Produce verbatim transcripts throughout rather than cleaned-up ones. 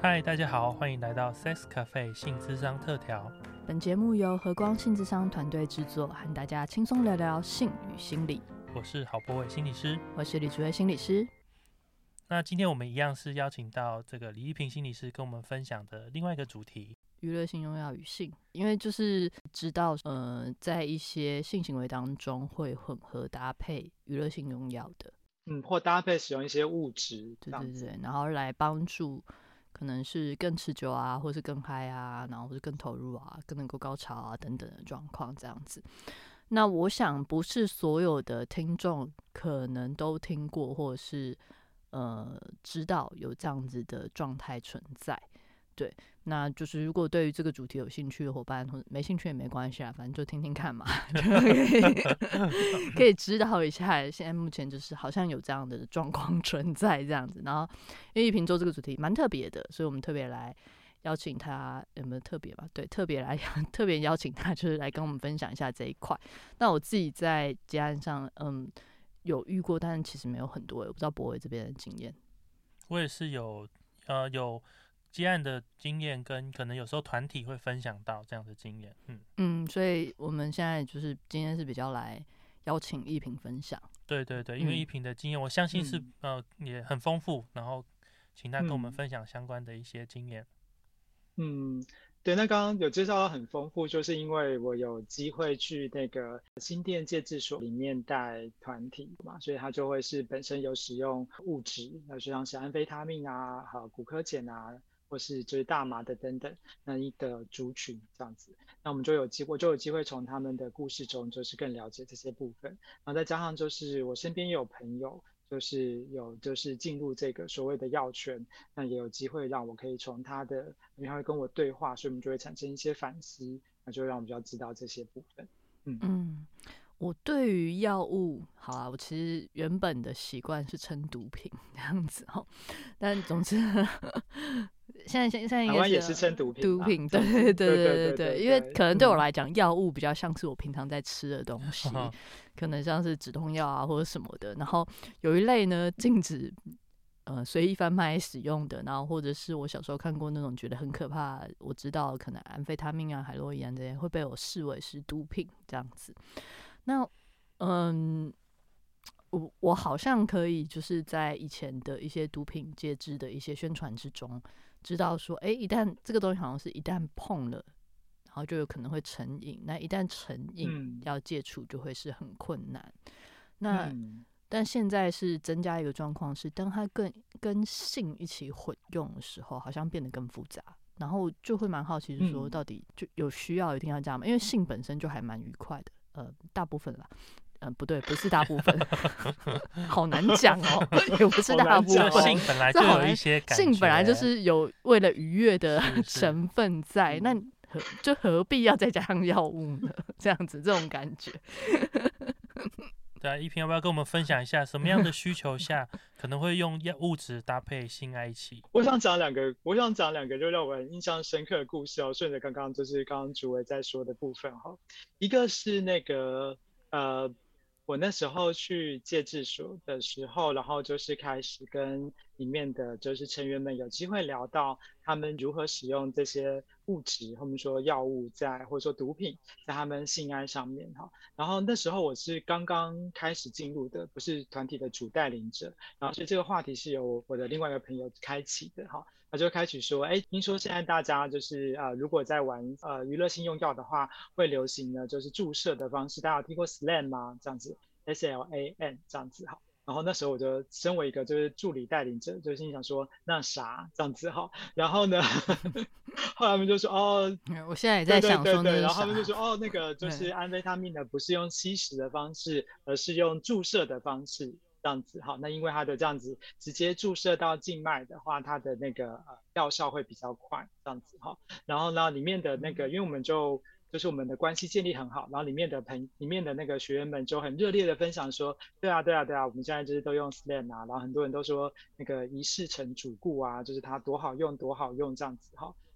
嗨，大家好，欢迎来到 Sex Cafe 性諮商特调。 本节目由和光性諮商团队制作，和大家轻松聊聊性与心理。 我是郝柏伟心理师， 我是李竹薇心理师。 那今天我们一样是邀请到这个李一平心理师跟我们分享的另外一个主题， 娱乐性用药与性，因为就是知道，呃，在一些性行为当中会混合搭配娱乐性用药的， 嗯，或搭配使用一些物质， 对对对，然后来帮助可能是更持久啊，或是更嗨啊，然后或是更投入啊，更能够高潮啊等等的状况这样子。那我想不是所有的听众可能都听过，或者是呃知道有这样子的状态存在。对，那就是如果对于这个主题有兴趣的伙伴，或者没兴趣也没关系啊，反正就听听看嘛，就可以可以知道一下。现在目前就是好像有这样的状况存在这样子。然后因为一平做这个主题蛮特别的，所以我们特别来邀请他，有没有特别吧？对，特别来特别邀请他，就是来跟我们分享一下这一块。那我自己在接案上，嗯，有遇过，但其实没有很多，我不知道柏伟这边的经验。 我也是有呃有接案的经验，跟可能有时候团体会分享到这样的经验。嗯嗯，所以我们现在就是今天是比较来邀请一平分享。 对对对，因为一平的经验，我相信是、 嗯、 呃也很丰富，然后请他跟我们嗯分享相关的一些经验。 嗯，对，那刚刚有介绍到很丰富，就是因为我有机会去那个新店戒治所里面带团体嘛，所以它就会是本身有使用物质，就像是安非他命啊、还有古柯碱啊，或是就是大麻的等等那一个族群这样子。那我们就有机会，就有机会从他们的故事中，就是更了解这些部分。然后再加上就是我身边也有朋友。就是有就是进入这个所谓的药圈，那也有机会让我可以从他的，因为他会跟我对话，所以我们就会产生一些反思，那就让我们比较知道这些部分。嗯嗯，我对于药物，好啊，我其实原本的习惯是称毒品这样子哦，但总之现在现在应该台湾也是称毒品， 毒品，对对对对对对，因为可能对我来讲，药物比较像是我平常在吃的东西，可能像是止痛药啊或者什么的。然后有一类呢禁止呃随意贩卖使用的，然后或者是我小时候看过那种觉得很可怕，我知道可能安非他命啊、海洛因这些会被我视为是毒品这样子。那嗯。我我好像可以就是在以前的一些毒品戒治的一些宣传之中，知道说，哎，一旦这个东西好像是一旦碰了，然后就有可能会成瘾。那一旦成瘾， 嗯、 要戒除就会是很困难。那、 嗯、 但现在是增加一个状况是，当它跟跟性一起混用的时候，好像变得更复杂。然后就会蛮好奇，是说到底就有需要一定要这样吗？因为性本身就还蛮愉快的，呃，大部分啦。嗯、呃，不对，不是大部分，好难讲哦，也不是大部分。 性本来就有一些感觉， 性本来就是有为了愉悦的成分在，是是那何就何必要再加上药物呢？这样子，这种感觉。 对啊，一平要不要跟我们分享一下，什么样的需求下可能会用物质搭配性爱一起？ 我想讲两个，我想讲两个就让我很印象深刻的故事哦。顺着刚刚就是刚刚主委在说的部分哈，一个是那个呃。我那时候去戒治所的时候，然后就是开始跟里面的就是成员们有机会聊到他们如何使用这些物质，或者说药物在或者说毒品在他们性爱上面哈。然后那时候我是刚刚开始进入的，不是团体的主带领者，然后所以这个话题是由我的另外一个朋友开启的哈。他就开始说，哎，听说现在大家就是呃，如果在玩呃娱乐性用药的话，会流行呢就是注射的方式。大家有听过 S L A M 吗？这样子 ，S L A M 这样子哈。然后那时候我就身为一个就是助理带领者，就心想说那啥这样子哈。然后呢，后来他们就说哦， 我现在也在想说那是啥， 对对对对，然后他们就说哦，那个就是安非他命呢，不是用吸食的方式，而是用注射的方式。这样子好，那因为它的这样子直接注射到静脉的话，它的那个呃药效会比较快，这样子哈。然后呢，里面的那个，因为我们就就是我们的关系建立很好，然后里面的朋里面的那个学员们就很热烈的分享说，对啊对啊对啊，我们现在就是都用 S L A M 啊，然后很多人都说那个一试成主顾啊，就是它多好用多好用这样子哈。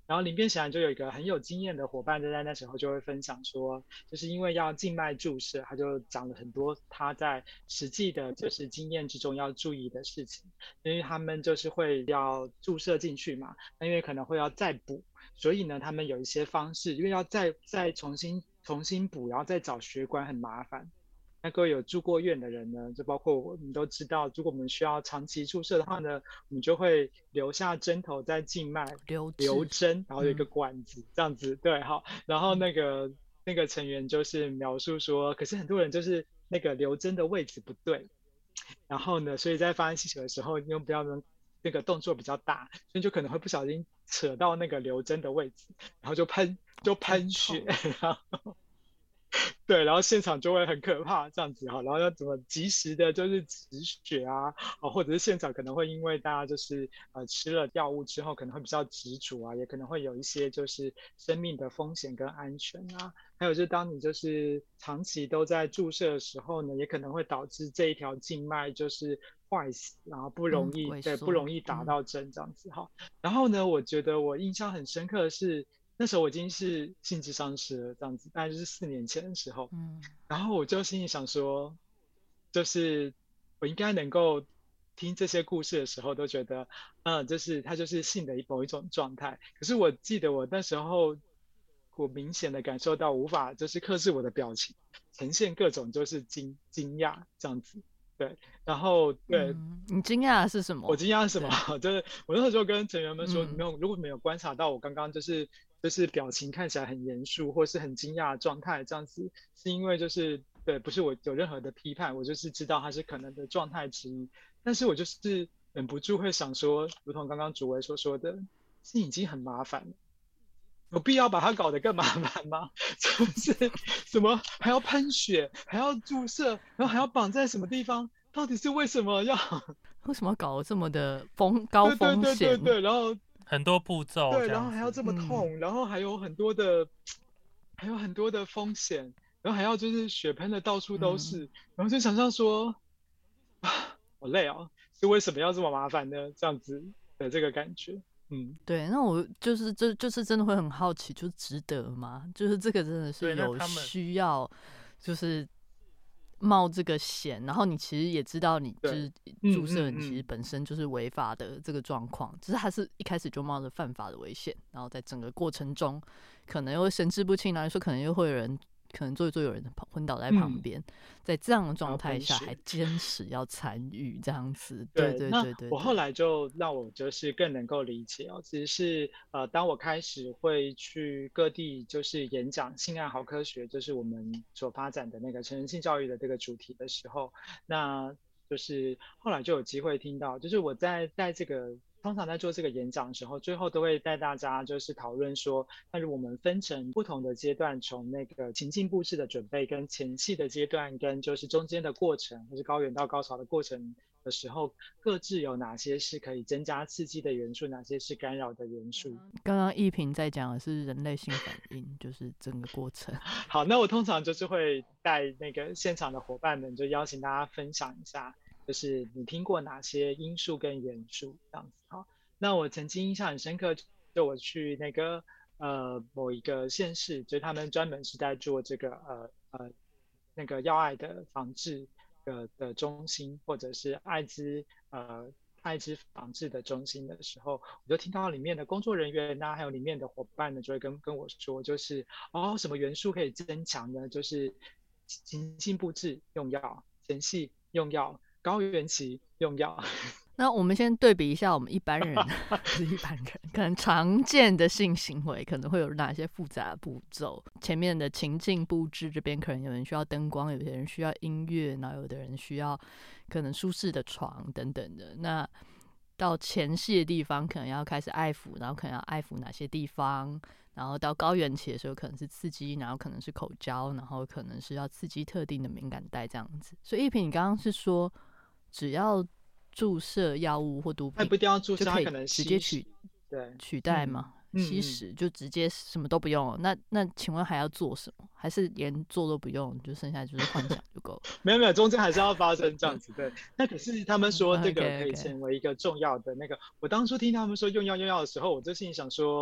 然后临边显然就有一个很有经验的伙伴，就在那时候就会分享说，就是因为要静脉注射，他就讲了很多他在实际的就是经验之中要注意的事情，因为他们就是会要注射进去嘛，那因为可能会要再补，所以呢，他们有一些方式，因为要再再重新重新补，然后再找血管很麻烦。那各位有住过院的人呢，就包括我，你都知道，如果我们需要长期注射的话呢，我们就会留下针头在静脉留留针，然后有一个管子、嗯、这样子，对，好，然后那个那个成员就是描述说，可是很多人就是那个留针的位置不对，然后呢，所以在发生气球的时候，因为不要能那个动作比较大，所以就可能会不小心扯到那个留针的位置，然后就喷就喷血，然后。对，然后现场就会很可怕这样子哈，然后要怎么及时的就是止血啊，或者是现场可能会因为大家就是呃吃了药物之后可能会比较执着啊，也可能会有一些就是生命的风险跟安全啊，还有就是当你就是长期都在注射的时候呢，也可能会导致这一条静脉就是坏死，然后不容易、嗯、对不容易打到针这样子哈、嗯。然后呢，我觉得我印象很深刻的是。那时候我已经是性智商师了，这样子，大概就是四年前的时候，嗯，然后我就心里想说，就是我应该能够听这些故事的时候，都觉得，嗯，就是它就是性的某一种状态。可是我记得我那时候，我明显的感受到无法就是克制我的表情，呈现各种就是惊惊讶这样子。对，然后对、 嗯，你惊讶的是什么？ 我惊讶是什么？就是我那时候就跟成员们说，没有，如果没有观察到我刚刚就是就是表情看起来很严肃或是很惊讶的状态，这样子是因为就是对，不是我有任何的批判，我就是知道它是可能的状态之一，但是我就是忍不住会想说，如同刚刚主委所说的，是已经很麻烦了。有必要把它搞得更麻烦吗？就是什么还要喷血，还要注射，然后还要绑在什么地方？到底是为什么要？ 为什么搞得这么的风高风险？ 对对对对对，然后很多步骤， 对，然后还要这么痛、嗯，然后还有很多的，还有很多的风险，然后还要就是血喷的到处都是，嗯、然后就想象说，啊，好累哦，是为什么要这么麻烦呢？这样子的这个感觉。嗯， 对，那我就是就就是真的会很好奇，就值得吗？就是这个真的是有需要，就是冒这个险，然后你其实也知道，你就是注射，你其实本身就是违法的这个状况，只是他是一开始就冒着犯法的危险，然后在整个过程中可能又会神志不清，然后说可能又会有人。可能做一做有人昏倒在旁边、嗯，在这样的状态下还坚持要参与这样子，对对对 对, 对。 我后来就让我就是更能够理解哦，其实是呃，当我开始会去各地就是演讲性爱好科学，就是我们所发展的那个成人性教育的这个主题的时候，那就是后来就有机会听到，就是我在在这个。通常在做这个演讲的时候，最后都会带大家就是讨论说，那如果我们分成不同的阶段，从那个情境布置的准备跟前戏的阶段，跟就是中间的过程，或是高原到高潮的过程的时候，各自有哪些是可以增加刺激的元素，哪些是干扰的元素。 刚刚一平在讲的是人类性反应，就是整个过程。 好，那我通常就是会带那个现场的伙伴们，就邀请大家分享一下。就是你听过哪些因素跟元素这样子哈？那我曾经印象很深刻，就我去那个呃某一个县市，就是他们专门是在做这个呃呃那个药爱的防治的的中心，或者是艾滋呃艾滋防治的中心的时候，我就听到里面的工作人员呐、啊，还有里面的伙伴呢，就会跟跟我说，就是哦什么元素可以增强呢？就是情境布置用药，前戏用药。高原期用药。 那我们先对比一下，我们一般人不是一般人，可能常见的性行为可能会有哪些复杂的步骤？前面的情境布置这边，可能有人需要灯光，有些人需要音乐，然后有的人需要可能舒适的床等等的。那到前戏的地方，可能要开始爱抚，然后可能要爱抚哪些地方？然后到高原期的时候，可能是刺激，然后可能是口交，然后可能是要刺激特定的敏感带这样子。所以一平，你刚刚是说，只要注射药物或毒品， 不一定要注射， 就可以直接取对取代吗？嗯、吸食就直接什么都不用了？那那请问还要做什么？还是连做都不用，就剩下就是幻想就够了？ 没有没有，中间还是要发生这样子对。那可是他们说这个可以成为一个重要的那个。okay, okay. 我当初听他们说用药用药的时候，我就心里想说。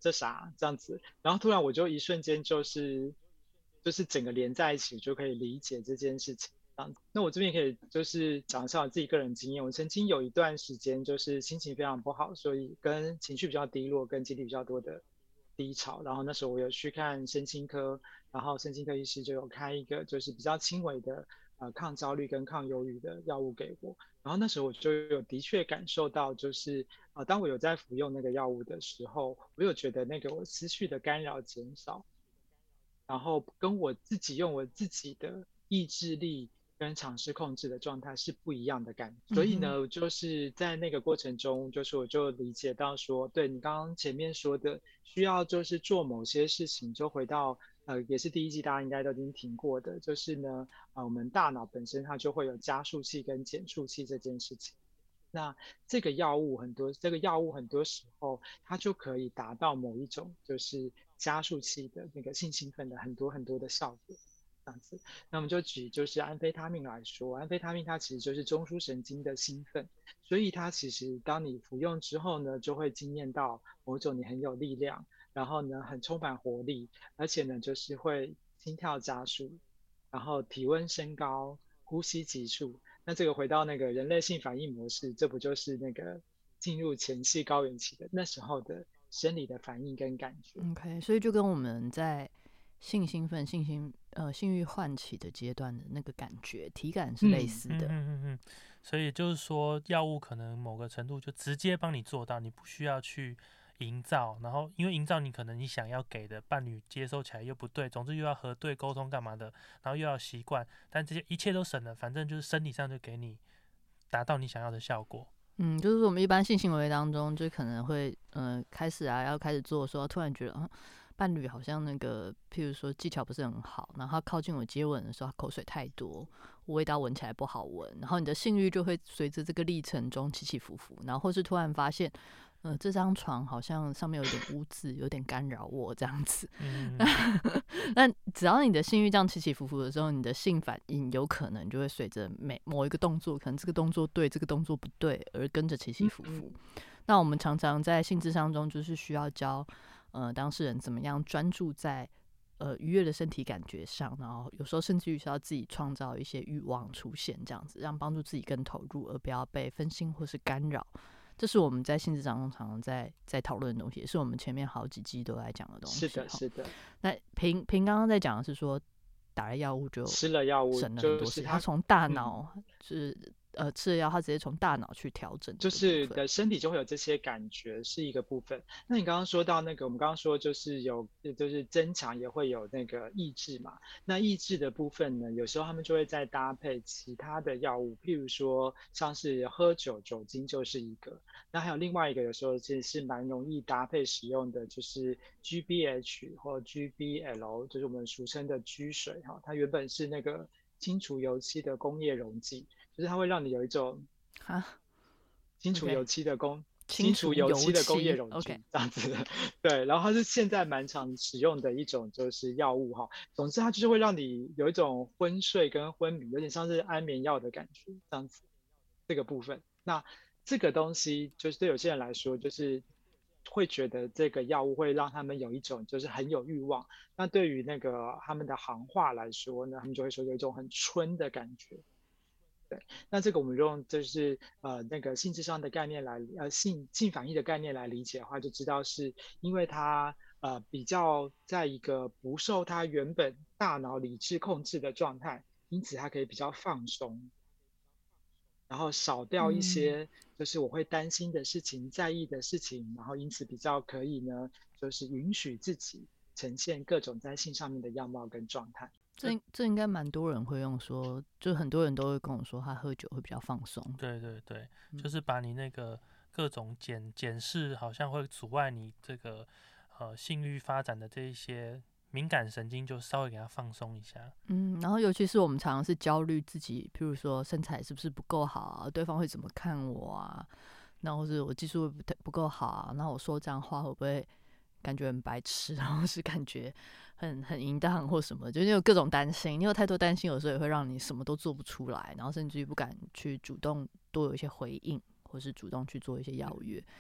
这啥这样子，然后突然我就一瞬间就是就是整个连在一起，就可以理解这件事情。那我这边可以就是讲一下我自己个人经验，我曾经有一段时间就是心情非常不好，所以跟情绪比较低落，跟经历比较多的低潮，然后那时候我有去看身心科，然后身心科医师就有开一个就是比较轻微的呃抗焦虑跟抗忧郁的药物给我，然后那时候我就有的确感受到就是呃当我有在服用那个药物的时候，我有觉得那个我思绪的干扰减少，然后跟我自己用我自己的意志力跟尝试控制的状态是不一样的感觉。所以呢，就是在那个过程中，就是我就理解到说，对你刚刚前面说的，需要就是做某些事情，就回到呃，也是第一季大家应该都已经听过的，就是呢，呃，我们大脑本身它就会有加速器跟减速器这件事情。那这个药物很多，这个药物很多时候它就可以达到某一种就是加速器的那个性兴奋的很多很多的效果。这样子，那我们就举就是安非他命来说，安非他命它其实就是中枢神经的兴奋，所以它其实当你服用之后呢，就会经验到某种你很有力量，然后呢很充满活力，而且呢就是会心跳加速，然后体温升高，呼吸急促。那这个回到那个人类性反应模式，这不就是那个进入前戏高原期的那时候的生理的反应跟感觉。 OK， 所以就跟我们在性兴奋、性兴呃性欲唤起的阶段的那个感觉体感是类似的。 嗯嗯嗯嗯。所以就是说，药物可能某个程度就直接帮你做到，你不需要去营造，然后因为营造你可能你想要给的伴侣接收起来又不对，总之又要核对沟通干嘛的，然后又要习惯，但这些一切都省了，反正就是身体上就给你达到你想要的效果。 嗯，就是我们一般性行为当中，就可能会呃开始啊要开始做的时候，突然觉得啊伴侣好像那个，譬如说技巧不是很好，然后他靠近我接吻的时候，他口水太多，味道闻起来不好闻，然后你的性欲就会随着这个历程中起起伏伏，然后或是突然发现，呃，这张床好像上面有点污渍，有点干扰我这样子。 嗯， 但只要你的性欲这样起起伏伏的时候，你的性反应有可能就会随着每某一个动作，可能这个动作对，这个动作不对，而跟着起起伏伏。那我们常常在性智商中，就是需要教呃当事人怎么样专注在呃愉悦的身体感觉上，然后有时候甚至于是要自己创造一些欲望出现，这样子让帮助自己更投入，而不要被分心或是干扰。这是我们在性智商中常常在在讨论的东西，也是我们前面好几集都在讲的东西。 是的，是的。 那平平刚刚在讲的是说，打了药物就吃了药物省了很多事，他从大脑是。嗯呃，吃了药，他直接从大脑去调整， 就是的身体就会有这些感觉，是一个部分。那你刚刚说到那个，我们刚刚说就是有，就是增强也会有那个抑制嘛。那抑制的部分呢，有时候他们就会再搭配其他的药物，譬如说像是喝酒，酒精就是一个。那还有另外一个，有时候其实是蛮容易搭配使用的，就是 G B H 或 G B L， 就是我们俗称的 G 水哈，它原本是那个清除油漆的工业溶剂。就是它会让你有一种清除油漆的工，清除油漆的工业溶剂、okay. 这样子的，对。然后它是现在蛮常使用的一种就是药物哈。总之它就是会让你有一种昏睡跟昏迷，有点像是安眠药的感觉这样子。这个部分，那这个东西就是对有些人来说，就是会觉得这个药物会让他们有一种就是很有欲望。那对于那个他们的行话来说呢，他们就会说有一种很春的感觉。对，那这个我们用就是呃那个性智商的概念来呃性性反应的概念来理解的话，就知道是因为它呃比较在一个不受它原本大脑理智控制的状态，因此它可以比较放松，然后少掉一些就是我会担心的事情、嗯、在意的事情，然后因此比较可以呢就是允许自己呈现各种在性上面的样貌跟状态。 这这应该蛮多人会用说，就很多人都会跟我说，他喝酒会比较放松。 对对对，嗯、就是把你那个各种检检视，好像会阻碍你这个呃性欲发展的这一些敏感神经，就稍微给它放松一下。 嗯，然后尤其是我们常常是焦虑自己，譬如说身材是不是不够好啊，对方会怎么看我啊，那或是我技术不不够好啊，那我说这样话会不会感觉很白痴，然后是感觉很很淫荡或什么，就是有各种担心。你有太多担心，有时候也会让你什么都做不出来，然后甚至于不敢去主动多有一些回应，或是主动去做一些邀约。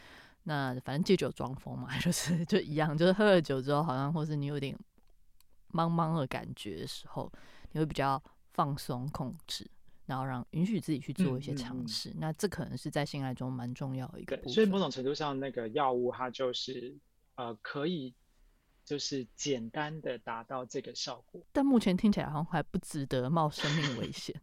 那反正借酒装疯嘛，就是就一样，就是喝了酒之后，好像或是你有点茫茫的感觉的时候，你会比较放松控制，然后让允许自己去做一些尝试。嗯嗯嗯、那这可能是在性爱中蛮重要的一个部分。 对，所以某种程度上，那个药物它就是呃可以就是简单的达到这个效果。 但目前听起来好像还不值得冒生命危险。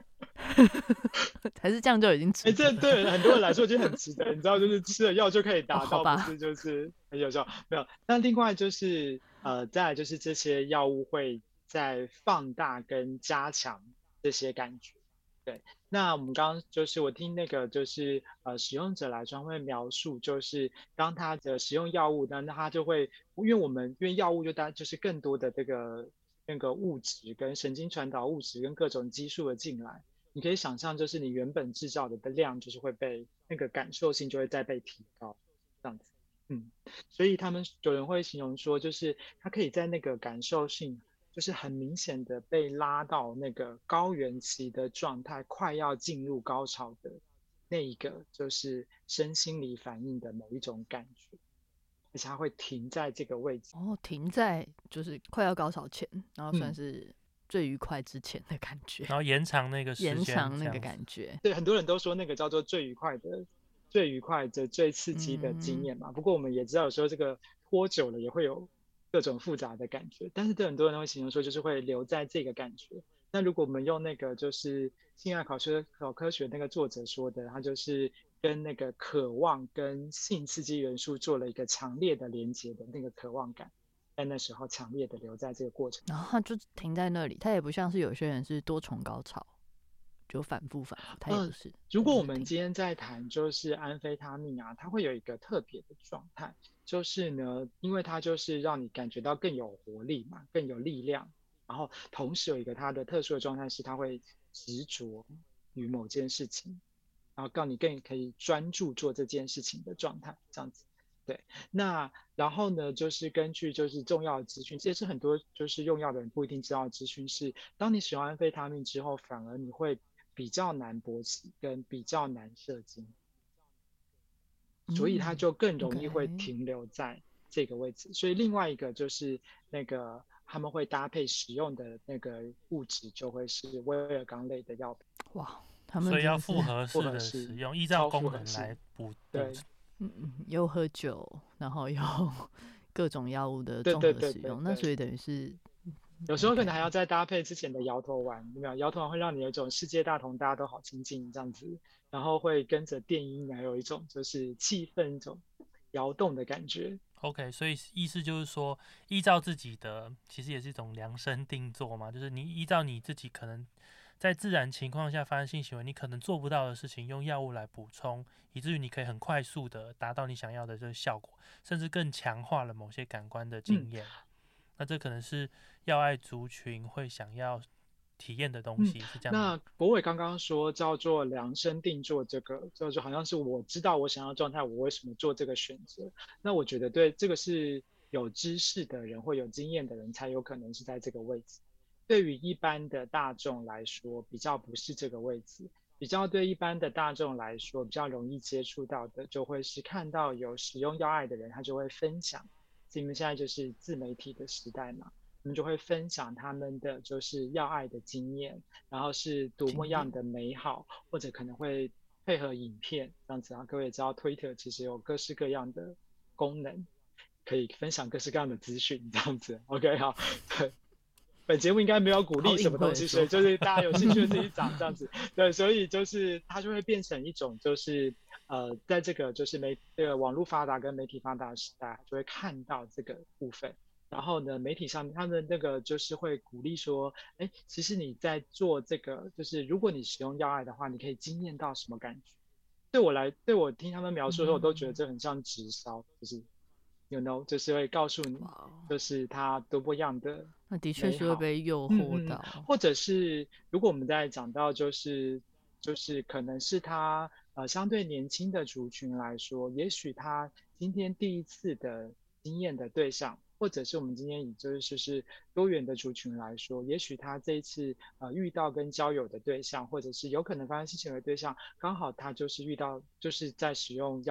还是这样就已经值得了。 哎、欸，这对很多人来说就很值得，你知道，就是吃了药就可以达到，不是就是很有效。没有，那另外就是呃，再来就是这些药物会在放大跟加强这些感觉。对，那我们刚刚就是我听那个就是呃使用者来说会描述，就是当他的使用药物，那他就会因为我们因为药物就当就是更多的这个那个物质跟神经传导物质跟各种激素的进来。你可以想象，就是你原本制造的量，就是会被那个感受性就会再被提高，这样子，嗯，所以他们有人会形容说，就是它可以在那个感受性，就是很明显的被拉到那个高原期的状态，快要进入高潮的那一个，就是身心理反应的某一种感觉，而且它会停在这个位置。 哦，停在就是快要高潮前，然后算是、嗯。最愉快之前的感觉， 然后延长那个时间， 延长那个感觉。 对，很多人都说那个叫做最愉快的、最愉快的、最刺激的经验嘛。嗯、不过我们也知道，有时候这个拖久了也会有各种复杂的感觉。但是对很多人会形容说，就是会留在这个感觉。那如果我们用那个就是性爱考科考科学那个作者说的，他就是跟那个渴望跟性刺激元素做了一个强烈的连接的那个渴望感。在那时候强烈的留在这个过程， 然后他就停在那里，他也不像是有些人是多重高潮，就反复反复，他也不是、呃。 如果我们今天在谈就是安非他命啊，它会有一个特别的状态，就是呢，因为它就是让你感觉到更有活力嘛，更有力量，然后同时有一个它的特殊的状态是，它会执着于某件事情，然后让你更可以专注做这件事情的状态，这样子。对，那然后呢，就是根据就是重要的资讯，这也是很多就是用药的人不一定知道的资讯是，当你使用安非他命之后，反而你会比较难勃起，跟比较难射精，所以它就更容易会停留在这个位置。嗯 okay. 所以另外一个就是那个他们会搭配使用的那个物质，就会是威尔刚类的药品。 哇，他们所以要复合式的使用，依照功能来补。 对。 嗯嗯，又喝酒，然后又各种药物的综合使用， 对对对对对， 那所以等于是有时候可能还要再搭配之前的摇头丸，有没有？摇头丸会让你有一种世界大同，大家都好亲近这样子，然后会跟着电音，还有一种就是气氛一种摇动的感觉。 OK， 所以意思就是说，依照自己的，其实也是一种量身定做嘛，就是你依照你自己可能在自然情况下发生性行为，你可能做不到的事情，用药物来补充，以至于你可以很快速的达到你想要的这个效果，甚至更强化了某些感官的经验。嗯、那这可能是药爱族群会想要体验的东西，嗯、是这样吗？ 那博伟刚刚说叫做量身定做，这个叫做好像是我知道我想要状态，我为什么做这个选择？那我觉得对，这个是有知识的人或有经验的人才有可能是在这个位置。对于一般的大众来说，比较不是这个位置，比较对一般的大众来说，比较容易接触到的，就会是看到有使用药爱的人，他就会分享。因为现在就是自媒体的时代嘛，他们就会分享他们的就是药爱的经验，然后是多么样的美好，或者可能会配合影片这样子啊。各位也知道 Twitter 其实有各式各样的功能，可以分享各式各样的资讯这样子。OK， 好，对。本节目应该没有鼓励什么东西，所以就是大家有兴趣的自己找这样子。对，所以就是它就会变成一种就是呃，在这个就是媒这个网络发达跟媒体发达的时代，就会看到这个部分。然后呢，媒体上面他们那个就是会鼓励说，哎，其实你在做这个，就是如果你使用药爱的话，你可以经验到什么感觉？对我来，对我听他们描述的时候，我都觉得这很像直烧，就是。You know， 就是会告诉你，就是它多不一样的， 那的确是会被诱惑到、 嗯嗯。或者是如果我们在讲到就是就是可能是他呃相对年轻的族群来说，也许他今天第一次的经验的对象，或者是我们今天以就是就是多元的族群来说，也许他这一次呃遇到跟交友的对象，或者是有可能发生性行为的对象，刚好他就是遇到就是在使用药物。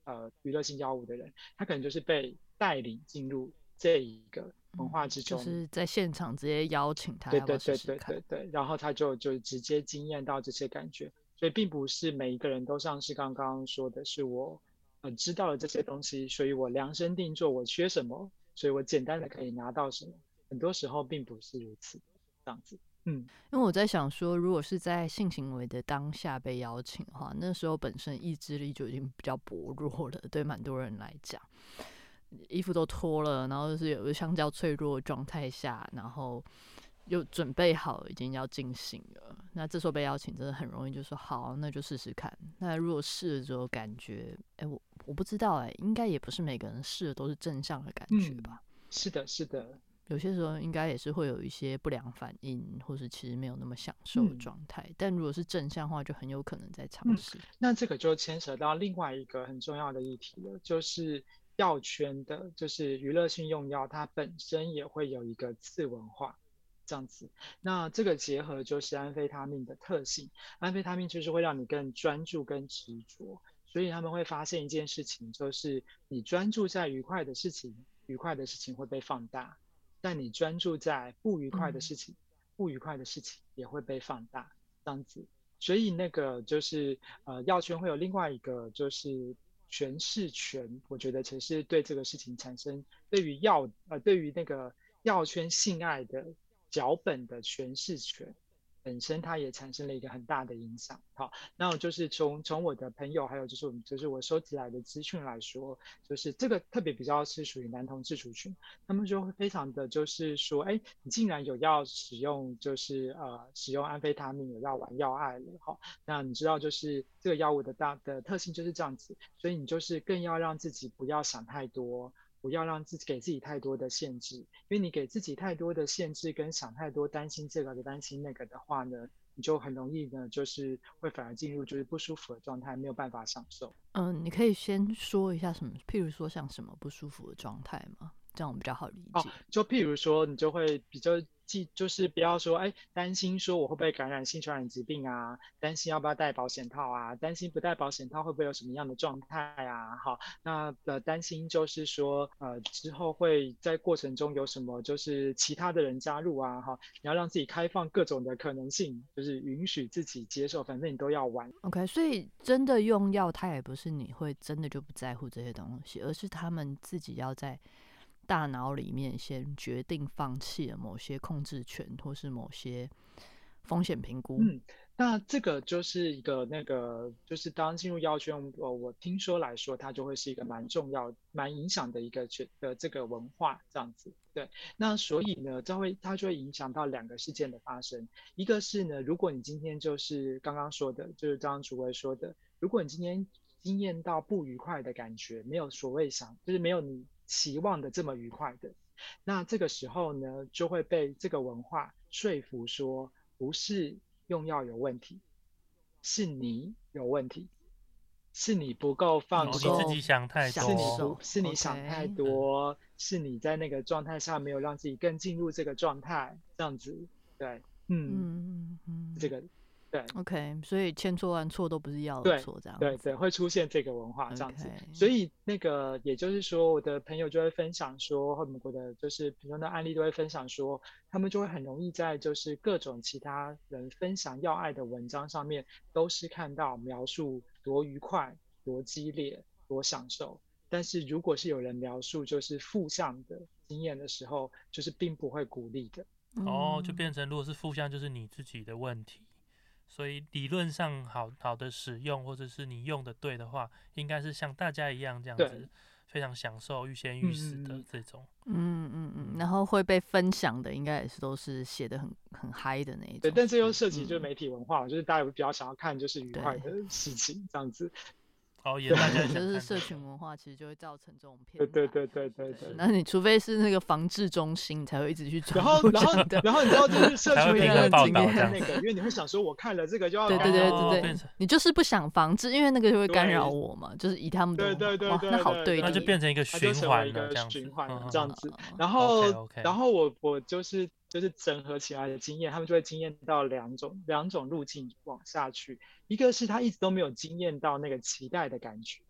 呃娱乐性药物的人，他可能就是被带领进入这一个文化之中， 嗯、就是在现场直接邀请他要不要试试看， 对对对对对对，然后他就就直接经验到这些感觉，所以并不是每一个人都像是刚刚说的，是我呃知道了这些东西，所以我量身定做，我缺什么，所以我简单的可以拿到什么，很多时候并不是如此，这样子。嗯， 因为我在想说，如果是在性行为的当下被邀请的话，那时候本身意志力就已经比较薄弱了，对蛮多人来讲，衣服都脱了，然后就是有个相较脆弱的状态下，然后又准备好已经要进行了，那这时候被邀请真的很容易就说好，那就试试看。那如果试了之后感觉，哎、欸，我我不知道、欸，哎，应该也不是每个人试的都是正向的感觉吧？ 嗯、是的，是的。 有些时候应该也是会有一些不良反应，或是其实没有那么享受的状态、嗯。但如果是正向的话，就很有可能在尝试、嗯。 那这个就牵扯到另外一个很重要的议题了，就是药圈的，就是娱乐性用药，它本身也会有一个次文化这样子。那这个结合就是安非他命的特性，安非他命就是会让你更专注、更执着。所以他们会发现一件事情，就是你专注在愉快的事情，愉快的事情会被放大。但你专注在不愉快的事情、嗯、不愉快的事情也会被放大，这样子。所以那个就是呃，药圈会有另外一个就是诠释权，我觉得其实是对这个事情产生对于药呃对于那个药圈性爱的脚本的诠释权本身，它也产生了一个很大的影响。好，那我就是从从我的朋友还有就是我们就是我收集来的资讯来说，就是这个特别比较是属于男同志族群，他们就会非常的就是说，哎，你竟然有要使用就是呃使用安非他命，有要玩药爱了，好，那你知道就是这个药物的大的特性就是这样子，所以你就是更要让自己不要想太多。不要让自己给自己太多的限制，因为你给自己太多的限制跟想太多，担心这个的担心那个的话呢，你就很容易呢，就是会反而进入就是不舒服的状态，没有办法享受。 嗯，你可以先说一下什么，譬如说像什么不舒服的状态吗？这样我比较好理解。 哦，就譬如说，你就会比较记，就是不要说，哎，担心说我会不会感染性传染疾病啊，担心要不要戴保险套啊，担心不戴保险套会不会有什么样的状态啊，好，那呃担心就是说，呃之后会在过程中有什么就是其他的人加入啊，哈，你要让自己开放各种的可能性，就是允许自己接受，反正你都要玩。 OK， 所以真的用药，它也不是你会真的就不在乎这些东西，而是他们自己要在大脑里面先决定放弃了某些控制权或是某些风险评估。 嗯，那这个就是一个那个就是当进入药圈，我我听说来说，它就会是一个蛮重要、蛮影响的一个的这个文化这样子。对，那所以呢，它会它就会影响到两个事件的发生。一个是呢，如果你今天就是刚刚说的，就是刚刚主委说的，如果你今天经验到不愉快的感觉，没有所谓想，就是没有你期望的这么愉快的，那这个时候呢，就会被这个文化说服说，不是用药有问题，是你有问题，是你不够放松， 哦、你自己想太多， 是你不是你想太多， okay. 是你在那个状态下没有让自己更进入这个状态，这样子，对，嗯， 嗯嗯， 这个。对 ，OK， 所以千错万错都不是药的错，这样子。 对对，会出现这个文化这样子。 Okay. 所以那个也就是说，我的朋友就会分享说，或美国的就是比如说那案例都会分享说，他们就会很容易在就是各种其他人分享要爱的文章上面，都是看到描述多愉快、多激烈、多享受。但是如果是有人描述就是负向的经验的时候，就是并不会鼓励的。 哦，就变成如果是负向，就是你自己的问题。所以理论上好好的使用，或者是你用的对的话，应该是像大家一样这样子，非常享受欲仙欲死的这种。 嗯嗯嗯，然后会被分享的，应该也是都是写的很很嗨的那一种。 对，但这又涉及就是媒体文化，嗯、就是大家比较想要看就是愉快的事情这样子。 哦，也大家就是社群文化，其实就会造成这种偏对对对对对对。 那你除非是那个防治中心，才会一直去传然后然后然后你知道就是社群文化报道那个，因为你会想说，我看了这个就要对对对对对，你就是不想防治，因为那个就会干扰我嘛，就是以他们的对对对对， 那好对， 那就变成一个循环了， 这样子， 循环这样子。然后 okay, okay. 然后我我就是就是整合起来的经验，他们就会经验到两种两种路径往下去，一个是他一直都没有经验到那个期待的感觉。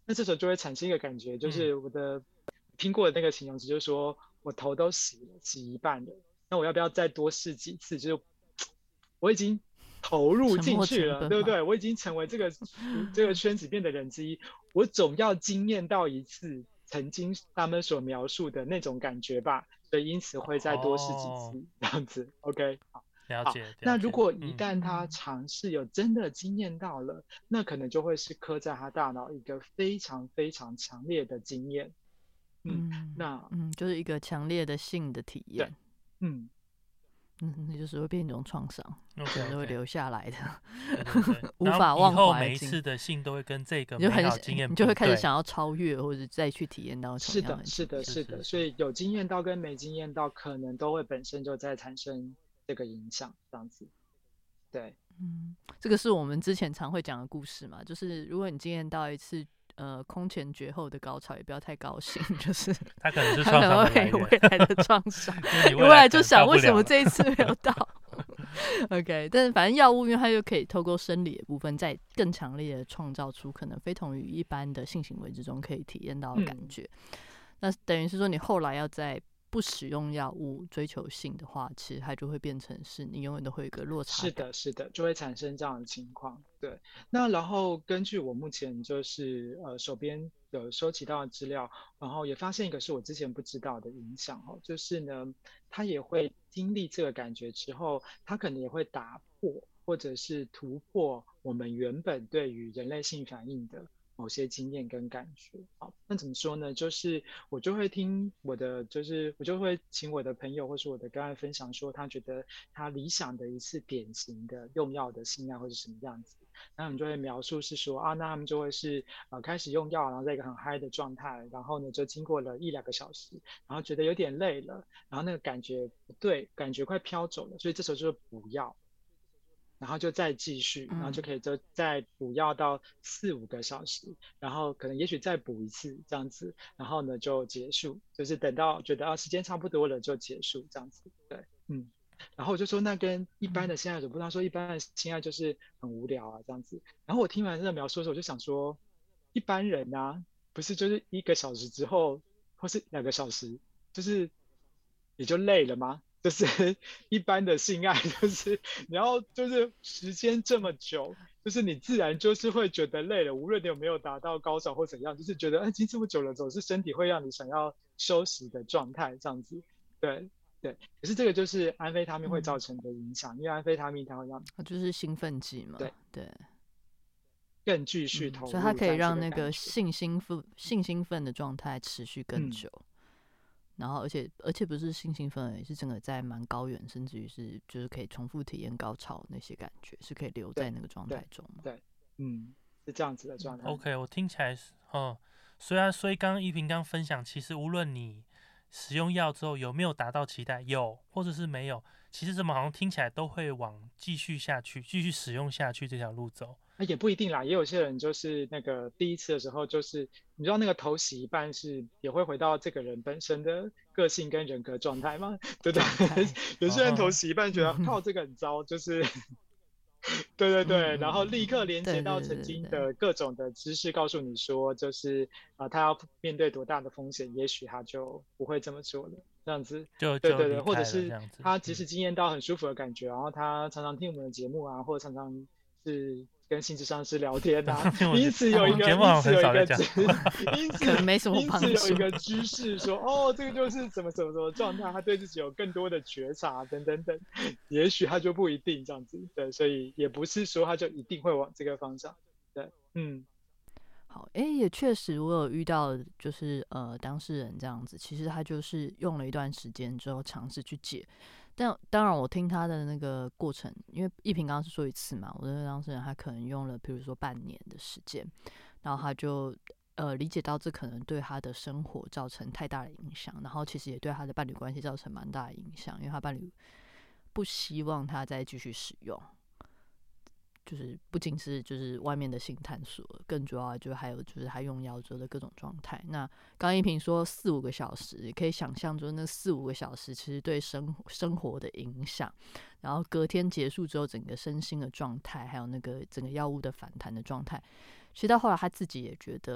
那这时候就会产生一个感觉，就嗯是我的、听过的那个形容词，就是说我头都洗了，洗一半了，那我要不要再多试几次？就是我已经投入沉没进去了， 成本嘛。 对不对？我已经成为这个这个圈子变的人之一，我总要经验到一次曾经他们所描述的那种感觉吧，所以因此会再多试几哦， 次，这样子。OK，好。 了好， 解了解， 那如果一嗯旦他嗯尝试有真的经验到了，那可能就会是刻在他大脑一个非常非常强烈的经验。嗯， 嗯那嗯，就是一个强烈的性的体对， 验。 嗯， 嗯，那就是会变一种创伤， ，OK 可能会 OK， 留下来的， 对对对， 无然后以法忘后每一怀的经次的信都会跟这个你就很美好经验你就会比对， 开始想要超越，或者再去体验到同是的， 样的是的， 经验。 是是的， 是是， 所以有经验到跟没经验到，可能都会本身就在产生这个影响，这样子。对， 嗯，这个是我们之前常会讲的故事嘛，就是如果你经验到一次呃空前绝后的高潮，也不要太高兴，就是它可能是它创可能会伤的来源， 未来的创伤， 因为你你未来就未来可能想为什么到不了了， 这一次没有到？OK， 但是反正药物，因为它就可以透过生理的部分，再更强烈的创造出可能非同于一般的性行为之中可以体验到的感嗯， 觉。那等于是说，你后来要在不使用药物追求性的话，其实它就会变成是你永远都会有一个落差感。 是的，是的，就会产生这样的情况。对，那然后根据我目前就是呃手边有收集到的资料，然后也发现一个是我之前不知道的影响哦，就是呢，他也会经历这个感觉之后，他可能也会打破或者是突破我们原本对于人类性反应的某些经验跟感觉。好，那怎么说呢？就是我就会听我的，就是我就会请我的朋友或是我的个案分享说，他觉得他理想的一次典型的用药的性爱会是什么样子。然后你就会描述是说啊，那他们就会是呃开始用药，然后在一个很嗨的状态，然后呢就经过了一两个小时，然后觉得有点累了，然后那个感觉不对，感觉快飘走了，所以这时候就是补药。然后就再继续，然后就嗯可以就再补药到四五个小时，然后可能也许再补一次这样子，然后呢就结束，就是等到觉得啊时间差不多了就结束这样子。对，嗯，然后我就说那跟一般嗯的性爱有什么不同？他说一般的性爱就是很无聊啊这样子。然后我听完这个描述的时候，我就想说，一般人啊，不是就是一个小时之后，或是两个小时，就是也就累了吗？就是一般的性爱，就是你要就是时间这么久，就是你自然就是会觉得累了，无论你有没有达到高潮或怎样，就是觉得哎，已经这么久了，总是身体会让你想要休息的状态这样子。对对，可是这个就是安非他命会造嗯， 成的影响，因为安非他命它会让它就是兴奋剂嘛， 对对， 更继续嗯， 投所以它可以入在这让那个感觉。 个性兴奋、性兴奋的状态持续更嗯， 久。然后而且而且不是性兴奋而已，是整个在蛮高原，甚至于是就是可以重复体验高潮那些感觉，是可以留在对那个状对态中嘛？ 对，嗯，是这样子的状态。 OK，我听起来是，嗯，虽然所以刚刚依萍刚分享，其实无论你使用药之后有没有达到期待，有或者是没有，其实怎么好像听起来都会往继续下去、继续使用下去这条路走。 那也不一定啦，也有些人就是那个第一次的时候，就是你知道那个头洗一半是也会回到这个人本身的个性跟人格状态吗？对不状对？ 态， 有些人头哦， 洗一半觉得嗯靠这个很糟，就是对对嗯对，然后嗯立刻嗯， 连接到对对曾经对对， 的各种的知识，告诉你说，就是啊、呃他要面对多大的风险，也许他就不会这么做了，这样子。 就就对对对， 离开了这或者是样子。嗯， 他即使经验到很舒服的感觉，然后他常常听我们的节目啊，或者常常是跟性智商师聊天啊， 听我因节我此有一个， 们节目好像因此有一很少在讲。 个知，因此可能没什么因帮助。 此有一个知识说，哦，这个就是怎么怎么怎么状态，他对自己有更多的觉察等等等，也许他就不一定这样子。对，所以也不是说他就一定会往这个方向。对，嗯好，哎、也确实我有遇到，就是呃当事人这样子，其实他就是用了一段时间之后尝试去解，但当然我听他的那个过程，因为一平刚刚是说一次嘛，我的当事人他可能用了比如说半年的时间，然后他就呃理解到这可能对他的生活造成太大的影响，然后其实也对他的伴侣关系造成蛮大的影响，因为他伴侣不希望他再继续使用。就是不仅是就是外面的性探索，更主要的就是还有就是他用药之后的各种状态。那刚刚一平说四五个小时，也可以想象，就是那四五个小时其实对生生活的影响，然后隔天结束之后整个身心的状态，还有那个整个药物的反弹的状态，其实到后来他自己也觉得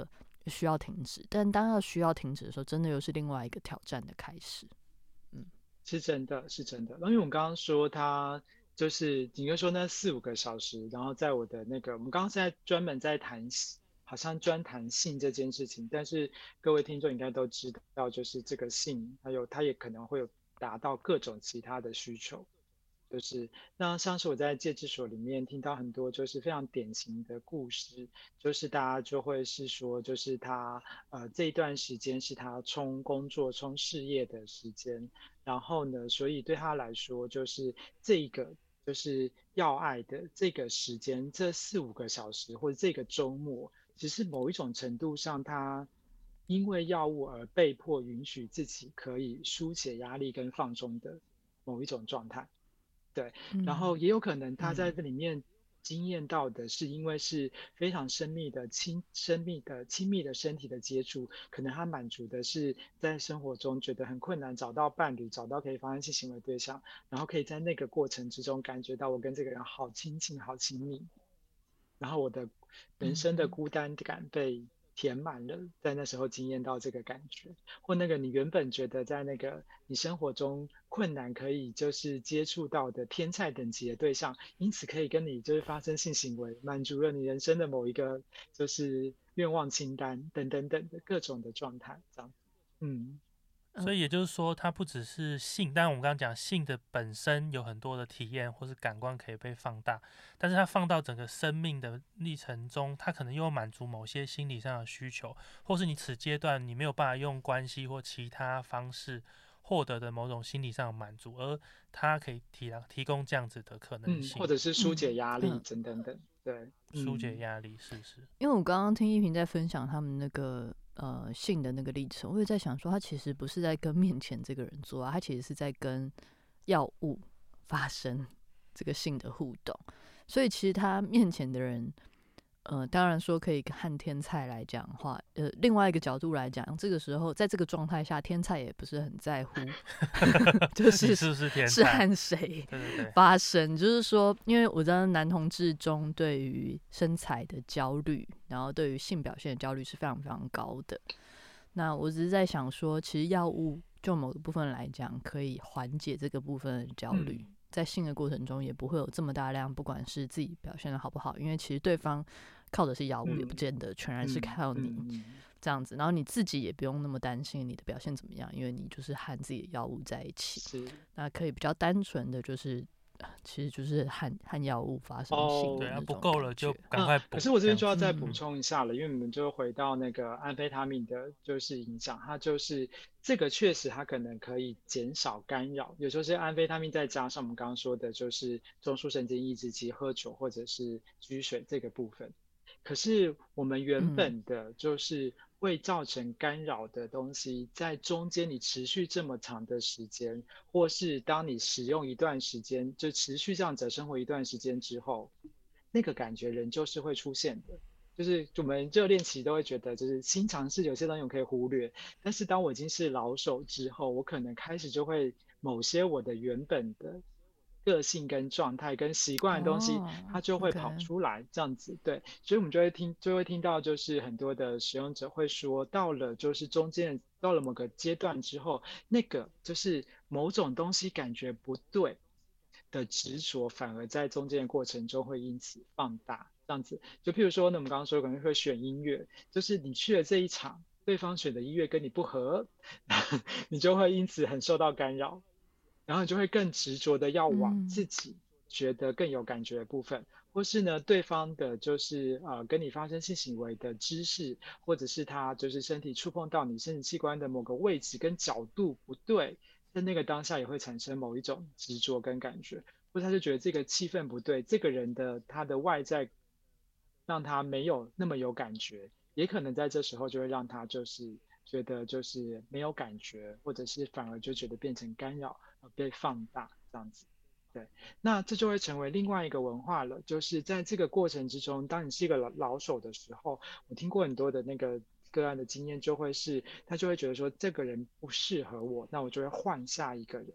需要停止。但当要需要停止的时候，真的又是另外一个挑战的开始。嗯， 是真的，是真的。因为我们刚刚说他就是你就说那四五个小时，然后在我的那个，我们刚刚在专门在谈，好像专谈性这件事情，但是各位听众应该都知道，就是这个性，还有它也可能会有达到各种其他的需求。就是那像是我在戒治所里面听到很多就是非常典型的故事，就是大家就会是说，就是他呃这一段时间是他冲工作冲事业的时间，然后呢，所以对他来说就是这个就是要爱的这个时间，这四五个小时或者这个周末，其实某一种程度上他因为药物而被迫允许自己可以疏解压力跟放松的某一种状态。对，然后也有可能他在这里面经验到的是，因为是非常深密的亲、生密的亲密的身体的接触，可能他满足的是在生活中觉得很困难找到伴侣、找到可以发生性行为对象，然后可以在那个过程之中感觉到我跟这个人好亲近、好亲密，然后我的人生的孤单感被填满了，在那时候经验到这个感觉，或那个你原本觉得在那个你生活中困难可以就是接触到的天菜等级的对象，因此可以跟你就是发生性行为，满足了你人生的某一个就是愿望清单等等等的各种的状态，这样，嗯。 所以也就是说，它不只是性，但我们刚刚讲性的本身有很多的体验或是感官可以被放大，但是它放到整个生命的历程中，它可能又满足某些心理上的需求，或是你此阶段你没有办法用关系或其他方式获得的某种心理上的满足，而它可以提提供这样子的可能嗯， 性， 或者是疏解压力嗯等等等，对， 疏解嗯压力，是是。 因为我刚刚听依萍在分享他们那个呃性的那个历程，我也在想说，他其实不是在跟面前这个人做啊，他其实是在跟药物发生这个性的互动，所以其实他面前的人。呃，当然说可以和天菜来讲话，呃，另外一个角度来讲，这个时候在这个状态下，天菜也不是很在乎，就是你是不是天是才？ 和谁对对对， 发生，就是说，因为我知道男同志中对于身材的焦虑，然后对于性表现的焦虑是非常非常高的。那我只是在想说，其实药物就某个部分来讲，可以缓解这个部分的焦虑。 嗯在性的过程中也不会有这么大量，不管是自己表现的好不好，因为其实对方靠的是药物， 嗯也不见得全然是靠你、 嗯嗯这样子，然后你自己也不用那么担心你的表现怎么样，因为你就是和自己的药物在一起， 是那可以比较单纯的就是其实就是和和药物发生性哦对啊， 的那种不够了感觉。 就赶快补。 可是我这边就要再嗯补充一下了，因为我们就回到那个安非他命的，就是影响，它就是这个确实它可能可以减少干扰，有时候是安非他命再加上我们刚刚说的就是中枢神经抑制剂、喝酒或者是居水这个部分。可是我们原本的就是会造成干扰的东西，在中间你持续这么长的时间，或是当你使用一段时间，就持续这样子生活一段时间之后，那个感觉仍旧是会出现的。就是我们热恋期都会觉得，就是新尝试有些东西我可以忽略，但是当我已经是老手之后，我可能开始就会某些我的原本的个性跟状态跟习惯的东西， 哦它就会跑 OK 出来，这样子对，所以我们就会听就会听到，就是很多的使用者会说，到了就是中间到了某个阶段之后，那个就是某种东西感觉不对的执着，反而在中间的过程中会因此放大，这样子。就譬如说，那我们刚刚说可能会选音乐，就是你去了这一场，对方选的音乐跟你不合，你就会因此很受到干扰。然后你就会更执着的要往嗯自己觉得更有感觉的部分，或是呢对方的就是呃跟你发生性行为的姿势，或者是他就是身体触碰到你生殖器官的某个位置跟角度不对，在那个当下也会产生某一种执着跟感觉，或者他就觉得这个气氛不对，这个人的他的外在让他没有那么有感觉，也可能在这时候就会让他就是觉得就是没有感觉，或者是反而就觉得变成干扰。被放大这样子，对，那这就会成为另外一个文化了。就是在这个过程之中，当你是一个老老手的时候，我听过很多的那个个案的经验，就会是他就会觉得说这个人不适合我，那我就会换下一个人，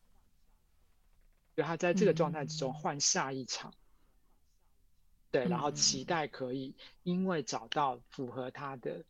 就他在这个状态之中换下一场，对，然后期待可以因为找到符合他的。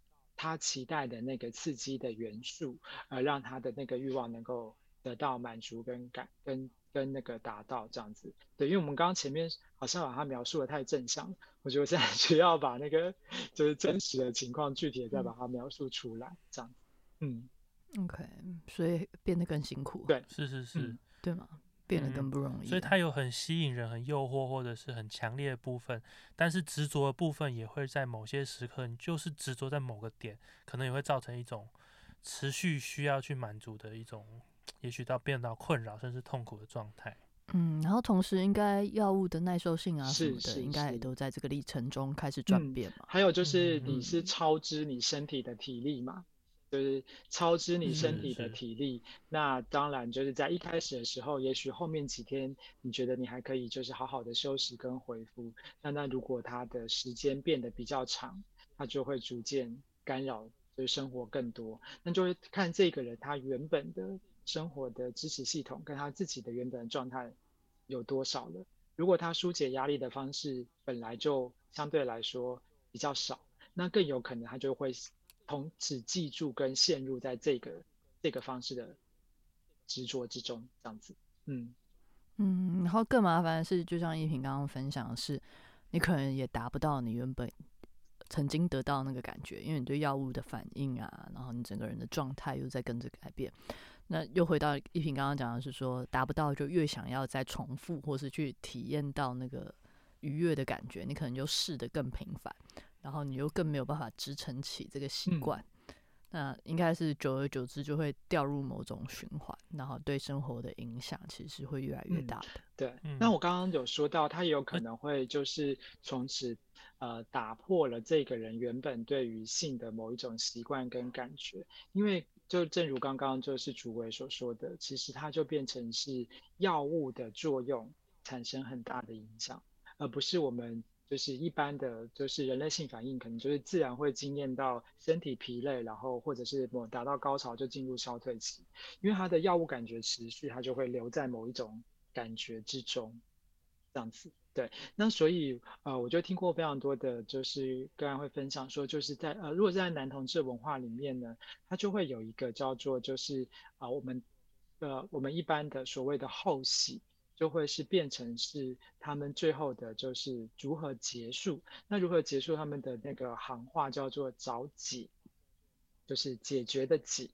他期待的那个刺激的元素，呃，让他的那个欲望能够得到满足跟感跟跟那个达到这样子。对，因为我们刚刚前面好像把它描述的太正向，我觉得我现在需要把那个就是真实的情况具体的再把它描述出来，这样子。嗯 OK，所以变得更辛苦， 对， 是是是， 嗯对吗？变得更不容易、啊所以它有很吸引人、很诱惑或者是很强烈的部分，但是执着的部分也会在某些时刻，你就是执着在某个点，可能也会造成一种持续需要去满足的一种，也许到变到困扰甚至痛苦的状态。 嗯，然后同时应该药物的耐受性啊什么的， 是是应该也是都在这个历程中开始转变嘛。 还有就是嗯你是超支你身体的体力嘛，就是超支你身体的是是体力，那当然就是在一开始的时候，也许后面几天你觉得你还可以就是好好的休息跟恢复，那那如果它的时间变得比较长，它就会逐渐干扰就是生活更多，那就会看这个人他原本的生活的支持系统跟他自己的原本的状态有多少了。如果他疏解压力的方式本来就相对来说比较少，那更有可能他就会同只记住跟陷入在这个这个方式的执着之中，这样子。嗯嗯，然后更麻烦的是，就像依萍刚刚分享的是，你可能也达不到你原本曾经得到那个感觉，因为你对药物的反应啊，然后你整个人的状态又在跟着改变。那又回到依萍刚刚讲的是说，达不到就越想要再重复，或是去体验到那个愉悦的感觉，你可能就试得更频繁，然后你又更没有办法支撑起这个习惯。嗯那应该是久而久之就会掉入某种循环，然后对生活的影响其实会越来越大的。 嗯、对、 嗯， 那我刚刚有说到，他也有可能会就是从此呃打破了这个人原本对于性的某一种习惯跟感觉，因为就正如刚刚就是主委所说的，其实它就变成是药物的作用产生很大的影响，而不是我们。就是一般的，就是人类性反应，可能就是自然会经验到身体疲累，然后或者是某达到高潮就进入消退期，因为它的药物感觉持续，它就会留在某一种感觉之中，这样子。对，那所以呃，我就听过非常多的，就是个人会分享说，就是在呃，如果在男同志文化里面呢，它就会有一个叫做就是啊、呃，我们呃我们一般的所谓的后喜。就会是变成是他们最后的就是如何结束，那如何结束他们的那个行话叫做找解，就是解决的解，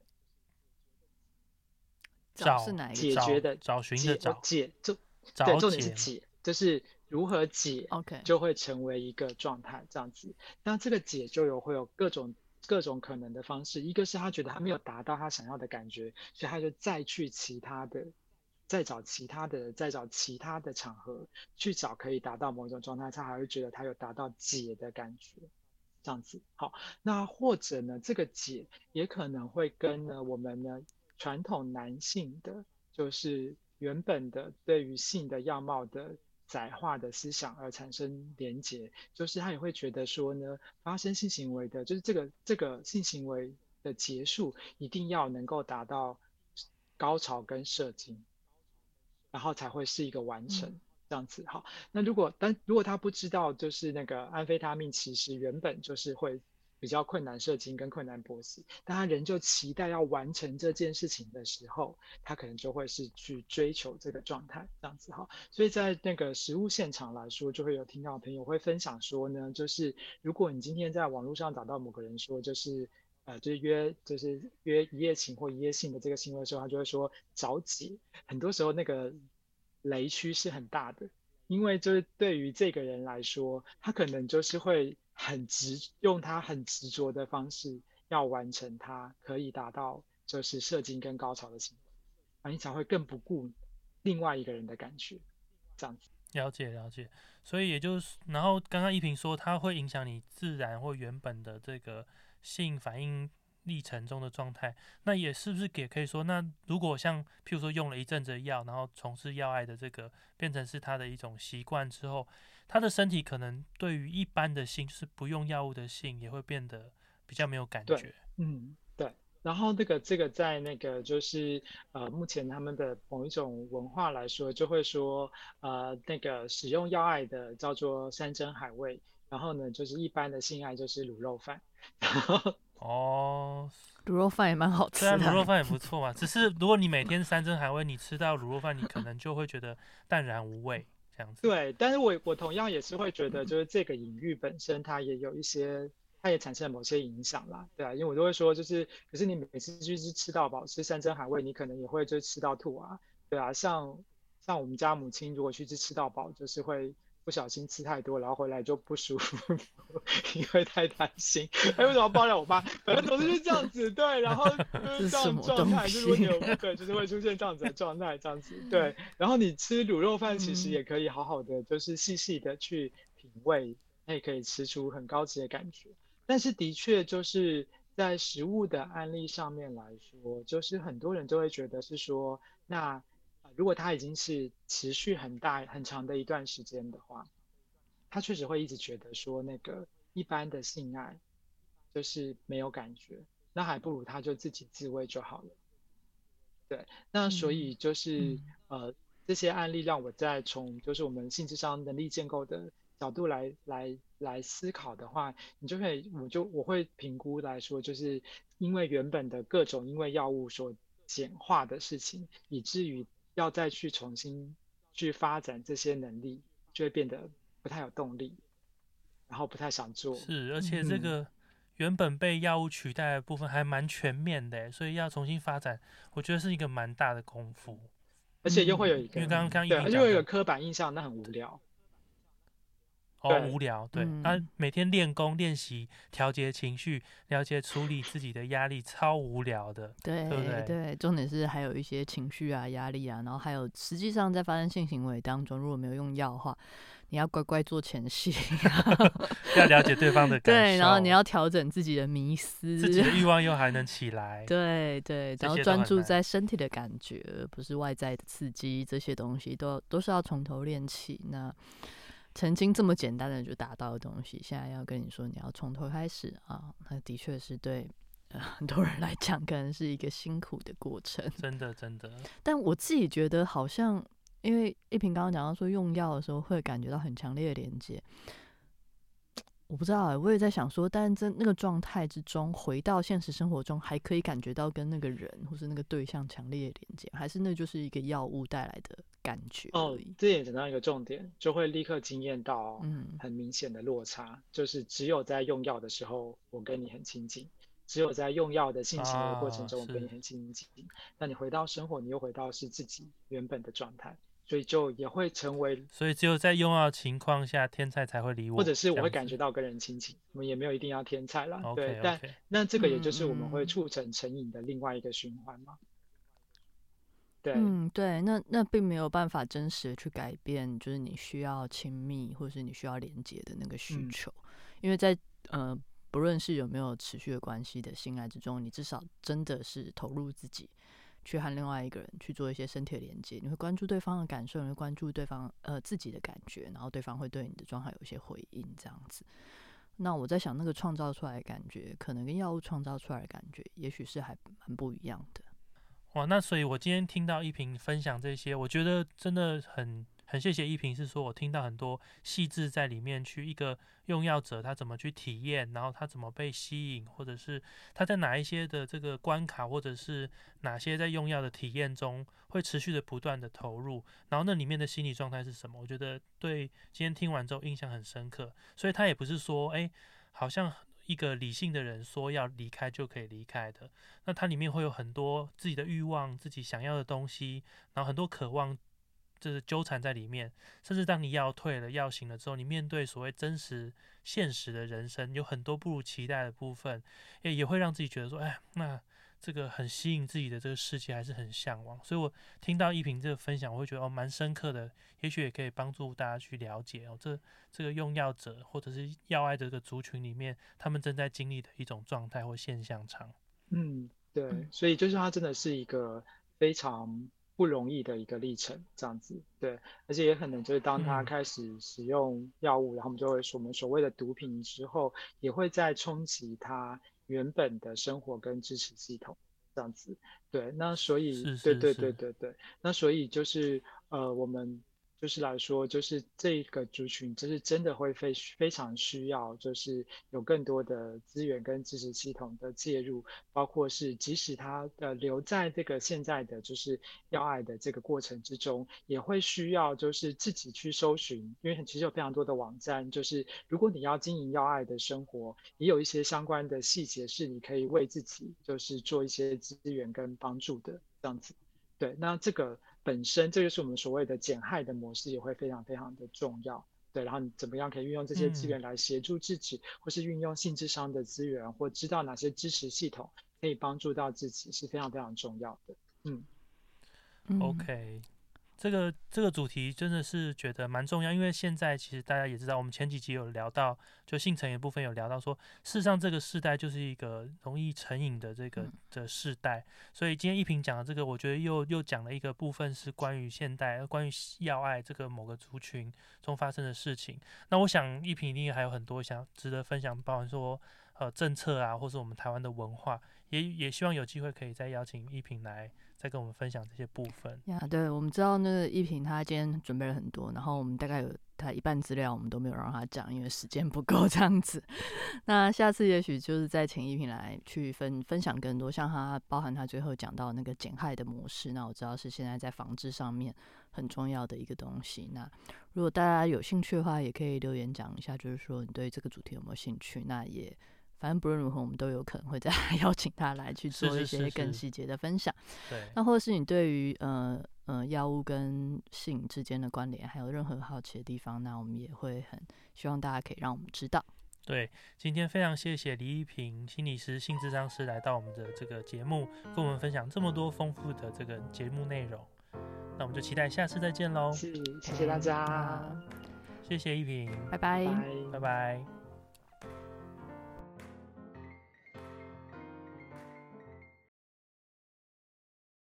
找是哪一个解决的找寻的找解，就对， 重点是解，就是如何解 ，OK， 就会成为一个状态这样子。那这个解就有会有各种各种可能的方式，一个是他觉得他没有达到他想要的感觉，所以他就再去其他的。再找其他的，再找其他的场合去找可以达到某一种状态，他还会觉得他有达到解的感觉，这样子。好，那或者呢，这个解也可能会跟呢我们呢传统男性的，就是原本的对于性的样貌的窄化的思想而产生连结，就是他也会觉得说呢，发生性行为的，就是这个这个性行为的结束一定要能够达到高潮跟射精。然后才会是一个完成、嗯、这样子。好，那如果但如果他不知道，就是那个安非他命其实原本就是会比较困难射精跟困难勃起，但他仍旧期待要完成这件事情的时候，他可能就会是去追求这个状态这样子。好，所以在那个实务现场来说，就会有听到朋友会分享说呢，就是如果你今天在网络上找到某个人说就是呃，就是约就是约一夜情或一夜性的这个行为的时候，他就会说找解。很多时候那个雷区是很大的，因为就是对于这个人来说，他可能就是会很执，用他很执着的方式要完成他可以达到就是射精跟高潮的行为，而你才会更不顾另外一个人的感觉，这样子。 了解了解，所以也就是，然后刚刚依萍说，它会影响你自然或原本的这个性反应历程中的状态，那也是不是也可以说，那如果像譬如说用了一阵子的药，然后从事药爱的这个变成是他的一种习惯之后，他的身体可能对于一般的性，就是不用药物的性，也会变得比较没有感觉。 嗯，对。然后那个这个在那个就是呃目前他们的某一种文化来说，就会说呃那个使用药爱的叫做山珍海味，然后呢就是一般的性爱就是卤肉饭，然后哦， 卤肉饭也蛮好吃对啊， 的啊。 卤肉饭也不错嘛。只是如果你每天山珍海味，你吃到卤肉饭，你可能就会觉得淡然无味这样子。 对，但是我我同样也是会觉得，就是这个隐喻本身它也有一些，它也产生了某些影响啦，对啊，因为我都会说，就是可是你每次就是吃到饱，吃山珍海味，你可能也会就吃到吐啊，对啊，像像我们家母亲如果去吃吃到饱，就是会不小心吃太多，然后回来就不舒服，因为太担心，哎，为什么要爆料我爸？反正总之就是这样子，对，然后就是这样的这是什么状态，就东西？ 如果你有对，就是会出现这样子的状态，这样子，对。然后你吃卤肉饭，其实嗯也可以好好的，就是细细的去品味，它也可以吃出很高级的感觉。但是的确就是在食物的案例上面来说，就是很多人都会觉得是说，那呃如果它已经是持续很大很长的一段时间的话，他确实会一直觉得说，那个一般的性爱就是没有感觉，那还不如他就自己自慰就好了。对，那所嗯以就是嗯呃，这些案例让我在从就是我们性智商能力建构的角度来来来思考的话，你就可以，我就我会评估来说，就是因为原本的各种因为药物所简化的事情，以至于要再去重新去发展这些能力，就会变得不太有动力，然后不太想做。 是，而且这嗯， 个原本被药物取代的部分还蛮全面的欸，所以要重新发展，我觉得是一个蛮大的功夫。 而且又会有一因为个刚刚刚一对，而且又有一个平讲的， 刻板印象，那很无聊。 哦， 对， 无聊，对，啊， 嗯， 每天练功练习调节情绪，了解处理自己的压力，超无聊的，对不对？ 对对，重点是还有一些情绪啊、压力啊，然后还有实际上在发生性行为当中，如果没有用药的话，你要乖乖做前戏， 要了解对方的感受， 对，然后你要调整自己的迷思， 自己的欲望又还能起来， 对对，然后这些都很难。 专注在身体的感觉，而不是外在的刺激，这些东西都都是要从头练起。那曾经这么简单的就达到的东西，现在要跟你说你要从头开始啊，那的确是对。呃，很多人来讲，可能是一个辛苦的过程。 真的真的， 但我自己觉得，好像因为一平刚刚讲到说，用药的时候会感觉到很强烈的连接。我不知道、欸，我也在想说，但在那个状态之中，回到现实生活中，还可以感觉到跟那个人或是那个对象强烈的连接，还是那就是一个药物带来的感觉而哦， 已。 这也讲到一个重点，就会立刻惊艳到嗯， 很明显的落差，就是只有在用药的时候，我跟你很亲近，只有在用药的性行为过程啊， 中，我跟你是， 很亲近，那你回到生活，你又回到是自己原本的状态，所以就也会成为， 所以只有在用药的情况下，天才才会理我， 或者是我会这样子。 感觉到跟人亲近，我们也没有一定要天菜啦，对， OK 但 OK， 那这个也就嗯是我们会嗯促成成瘾的另外一个循环嘛，对， 嗯，对，那那并没有办法真实的去改变，就是你需要亲密或是你需要连接的那个需嗯， 求，因为在呃不论是有没有持续的关系的性爱之中，你至少真的是投入自己，去和另外一个人去做一些身体的连接，你会关注对方的感受，你会关注对方呃自己的感觉，然后对方会对你的状态有一些回应，这样子。那我在想，那个创造出来的感觉，可能跟药物创造出来的感觉，也许是还蛮不一样的。 哇，那所以我今天听到一平分享这些，我觉得真的很很谢谢一平，是说我听到很多细致在里面去一个用药者他怎么去体验，然后他怎么被吸引，或者是他在哪一些的这个关卡，或者是哪些在用药的体验中会持续的不断的投入，然后那里面的心理状态是什么？我觉得对今天听完之后印象很深刻，所以他也不是说哎，好像一个理性的人说要离开就可以离开的。那它里面会有很多自己的欲望、自己想要的东西，然后很多渴望，就是纠缠在里面。甚至当你要退了、要醒了之后，你面对所谓真实、现实的人生，有很多不如期待的部分，也也会让自己觉得说，哎，那这个很吸引自己的这个世界还是很向往。所以我听到一平这个分享，我会觉得哦，蛮深刻的，也许也可以帮助大家去了解哦，这这个用药者或者是药爱的这个族群里面，他们正在经历的一种状态或现象场。 嗯，对， 嗯所以就是它真的是一个非常不容易的一个历程，这样子，对，而且也可能就是当他嗯， 开始使用药物，然后我们就会说我们所谓的毒品之后，也会再冲击他原本的生活跟支持系统，这样子，对，那所以， 是对对对是是， 对对，那所以就是呃，我们就是来说，就是这个族群，就是真的会非非常需要，就是有更多的资源跟支持系统的介入，包括是即使他呃留在这个现在的就是要爱的这个过程之中，也会需要就是自己去搜寻，因为其实有非常多的网站，就是如果你要经营要爱的生活，也有一些相关的细节是你可以为自己就是做一些资源跟帮助的这样子。对，那这个本身这就是我们所谓的减害的模式，也会非常非常的重要。对，然后你怎么样可以运用这些资嗯源来协助自己，或是运用性智商的资源，或知道哪些支持系统可以帮助到自己，是非常非常重要的。嗯嗯 ，OK。这个这个主题真的是觉得蛮重要，因为现在其实大家也知道，我们前几集有聊到，就性成瘾部分有聊到说，事实上这个世代就是一个容易成瘾的这个嗯的世代，所以今天一平讲的这个，我觉得又又讲了一个部分是关于现代，关于要爱这个某个族群中发生的事情。那我想一平一定还有很多想值得分享，包含说呃政策啊，或是我们台湾的文化，也也希望有机会可以再邀请一平来。再跟我们分享这些部分呀，对，我们知道那个一平他今天准备了很多，然后我们大概有他一半资料我们都没有让他讲，因为时间不够这样子。那下次也许就是再请一平来去分分享更多，像他包含他最后讲到那个减害的模式，那我知道是现在在防治上面很重要的一个东西。那如果大家有兴趣的话，也可以留言讲一下，就是说你对这个主题有没有兴趣，那也。反正不论如何，我们都有可能会再邀请他来去做一些更细节的分享。 是是是是， 那或是你对于呃呃药物跟性之间的关联，还有任何好奇的地方，那我们也会很希望大家可以让我们知道。 对，今天非常谢谢李一平心理师、性智商师来到我们的这个节目，跟我们分享这么多丰富的这个节目内容。那我们就期待下次再见喽！ 是，谢谢大家， 嗯、 谢谢一平， 拜拜， 拜拜拜。